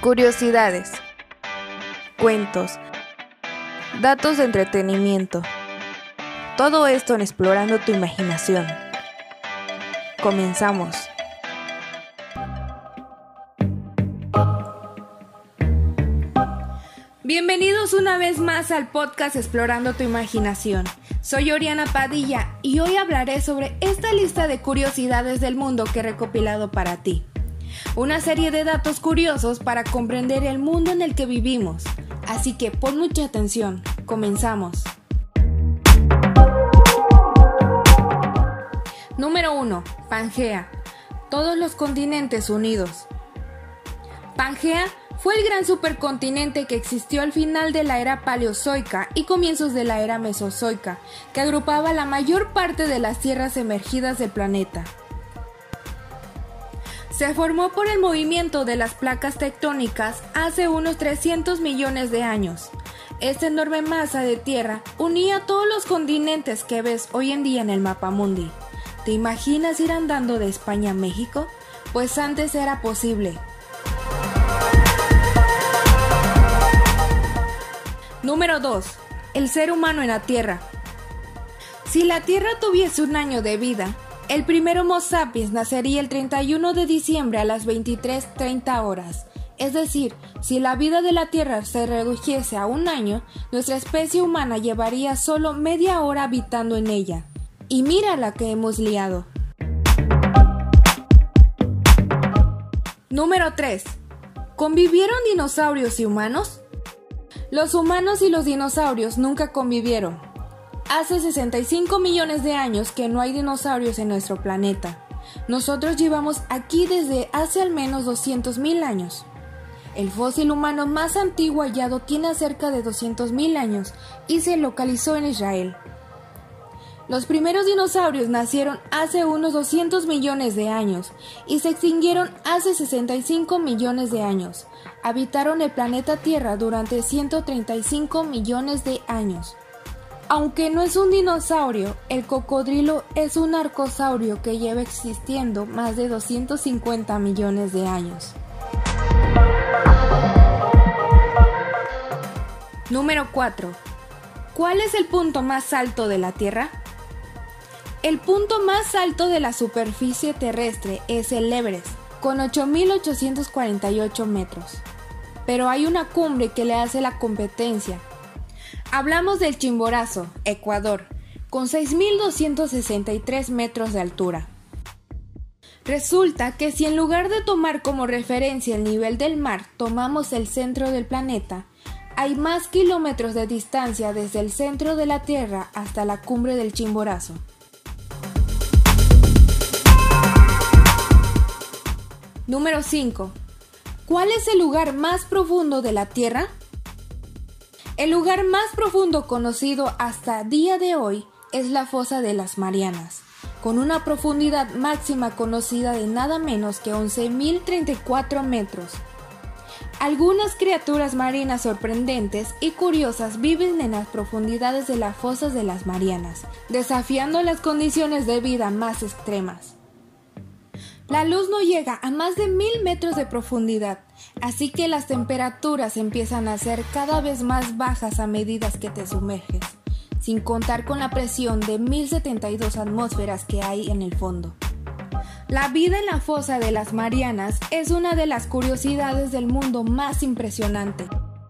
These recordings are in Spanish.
Curiosidades, cuentos, datos de entretenimiento. Todo esto en Explorando tu Imaginación. Comenzamos. Bienvenidos una vez más al podcast Explorando tu Imaginación. Soy Oriana Padilla y hoy hablaré sobre esta lista de curiosidades del mundo que he recopilado para ti. Una serie de datos curiosos para comprender el mundo en el que vivimos. Así que pon mucha atención. Comenzamos. Número 1. Pangea. Todos los continentes unidos. Pangea fue el gran supercontinente que existió al final de la era paleozoica y comienzos de la era mesozoica, que agrupaba la mayor parte de las tierras emergidas del planeta. Se formó por el movimiento de las placas tectónicas hace unos 300 millones de años. Esta enorme masa de tierra unía todos los continentes que ves hoy en día en el mapamundi. ¿Te imaginas ir andando de España a México? Pues antes era posible. Número 2. El ser humano en la Tierra. Si la Tierra tuviese un año de vida, el primer Homo sapiens nacería el 31 de diciembre a las 23:30 horas. Es decir, si la vida de la Tierra se redujese a un año, nuestra especie humana llevaría solo media hora habitando en ella. Y mira la que hemos liado. Número 3. ¿Convivieron dinosaurios y humanos? Los humanos y los dinosaurios nunca convivieron. Hace 65 millones de años que no hay dinosaurios en nuestro planeta. Nosotros llevamos aquí desde hace al menos 200.000 años. El fósil humano más antiguo hallado tiene cerca de 200.000 años y se localizó en Israel. Los primeros dinosaurios nacieron hace unos 200 millones de años y se extinguieron hace 65 millones de años. Habitaron el planeta Tierra durante 135 millones de años. Aunque no es un dinosaurio, el cocodrilo es un arcosaurio que lleva existiendo más de 250 millones de años. Número 4. ¿Cuál es el punto más alto de la Tierra? El punto más alto de la superficie terrestre es el Everest, con 8.848 metros. Pero hay una cumbre que le hace la competencia. Hablamos del Chimborazo, Ecuador, con 6.263 metros de altura. Resulta que si en lugar de tomar como referencia el nivel del mar, tomamos el centro del planeta, hay más kilómetros de distancia desde el centro de la Tierra hasta la cumbre del Chimborazo. Número 5. ¿Cuál es el lugar más profundo de la Tierra? El lugar más profundo conocido hasta día de hoy es la Fosa de las Marianas, con una profundidad máxima conocida de nada menos que 11.034 metros. Algunas criaturas marinas sorprendentes y curiosas viven en las profundidades de las Fosas de las Marianas, desafiando las condiciones de vida más extremas. La luz no llega a más de 1.000 metros de profundidad, así que las temperaturas empiezan a ser cada vez más bajas a medida que te sumerges, sin contar con la presión de 1.072 atmósferas que hay en el fondo. La vida en la Fosa de las Marianas es una de las curiosidades del mundo más impresionante.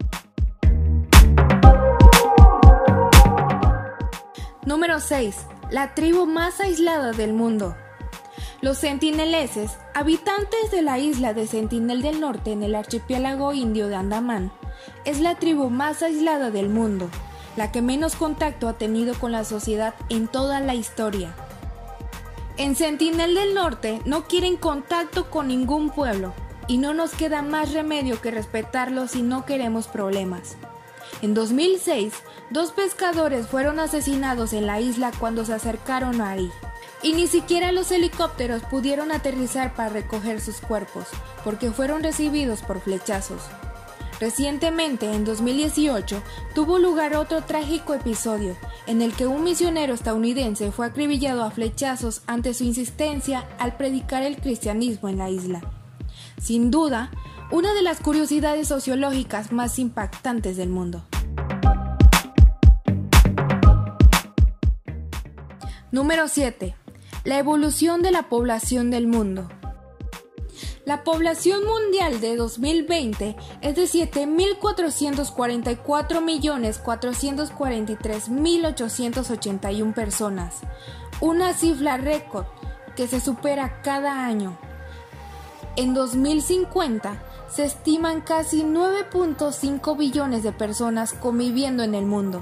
Número 6. La tribu más aislada del mundo. Los sentineleses, habitantes de la isla de Sentinel del Norte en el archipiélago indio de Andamán, es la tribu más aislada del mundo, la que menos contacto ha tenido con la sociedad en toda la historia. En Sentinel del Norte no quieren contacto con ningún pueblo y no nos queda más remedio que respetarlos si no queremos problemas. En 2006, 2 pescadores fueron asesinados en la isla cuando se acercaron ahí. Y ni siquiera los helicópteros pudieron aterrizar para recoger sus cuerpos, porque fueron recibidos por flechazos. Recientemente, en 2018, tuvo lugar otro trágico episodio, en el que un misionero estadounidense fue acribillado a flechazos ante su insistencia al predicar el cristianismo en la isla. Sin duda, una de las curiosidades sociológicas más impactantes del mundo. Número 7. La evolución de la población del mundo. La población mundial de 2020 es de 7.444.443.881 personas, una cifra récord que se supera cada año. En 2050 se estiman casi 9.5 billones de personas conviviendo en el mundo.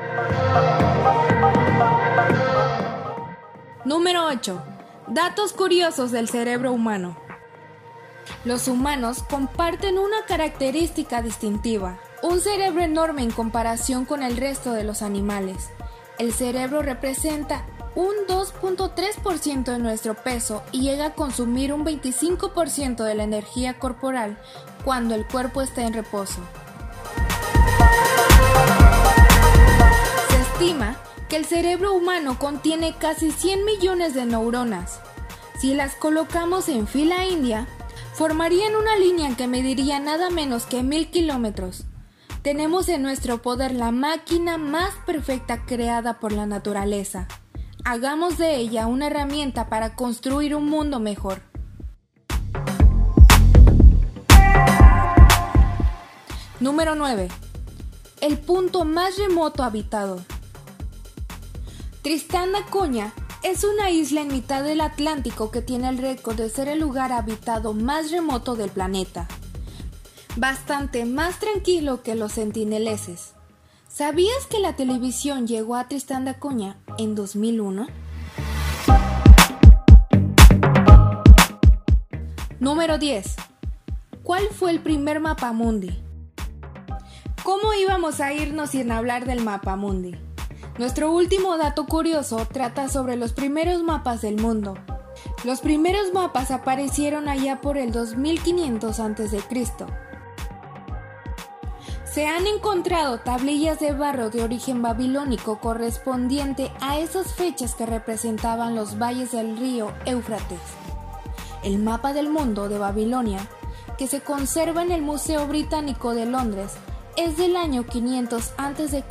Número 8. Datos curiosos del cerebro humano. Los humanos comparten una característica distintiva, un cerebro enorme en comparación con el resto de los animales. El cerebro representa un 2.3% de nuestro peso y llega a consumir un 25% de la energía corporal cuando el cuerpo está en reposo. Se estima que el cerebro humano contiene casi 100 millones de neuronas. Si las colocamos en fila india, formarían una línea que mediría nada menos que 1000 kilómetros. Tenemos en nuestro poder la máquina más perfecta creada por la naturaleza. Hagamos de ella una herramienta para construir un mundo mejor. Número 9. El punto más remoto habitado. Tristán da Cunha es una isla en mitad del Atlántico que tiene el récord de ser el lugar habitado más remoto del planeta. Bastante más tranquilo que los Sentineleses. ¿Sabías que la televisión llegó a Tristán da Cunha en 2001? Número 10. ¿Cuál fue el primer mapamundi? ¿Cómo íbamos a irnos sin hablar del mapamundi? Nuestro último dato curioso trata sobre los primeros mapas del mundo. Los primeros mapas aparecieron allá por el 2500 a.C. Se han encontrado tablillas de barro de origen babilónico correspondiente a esas fechas que representaban los valles del río Éufrates. El mapa del mundo de Babilonia, que se conserva en el Museo Británico de Londres, es del año 500 a.C.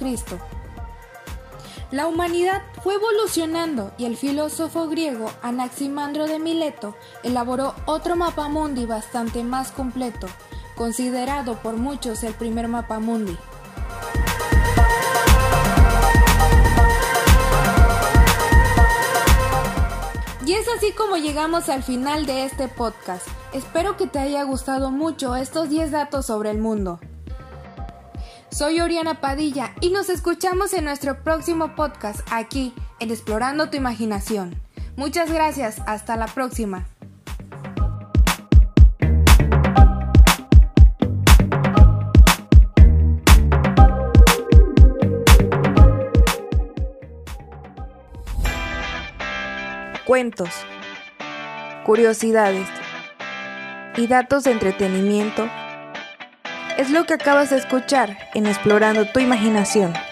La humanidad fue evolucionando y el filósofo griego Anaximandro de Mileto elaboró otro mapamundi bastante más completo, considerado por muchos el primer mapamundi. Y es así como llegamos al final de este podcast. Espero que te haya gustado mucho estos 10 datos sobre el mundo. Soy Oriana Padilla y nos escuchamos en nuestro próximo podcast aquí en Explorando tu Imaginación. Muchas gracias, hasta la próxima. Cuentos, curiosidades y datos de entretenimiento es lo que acabas de escuchar en Explorando tu Imaginación.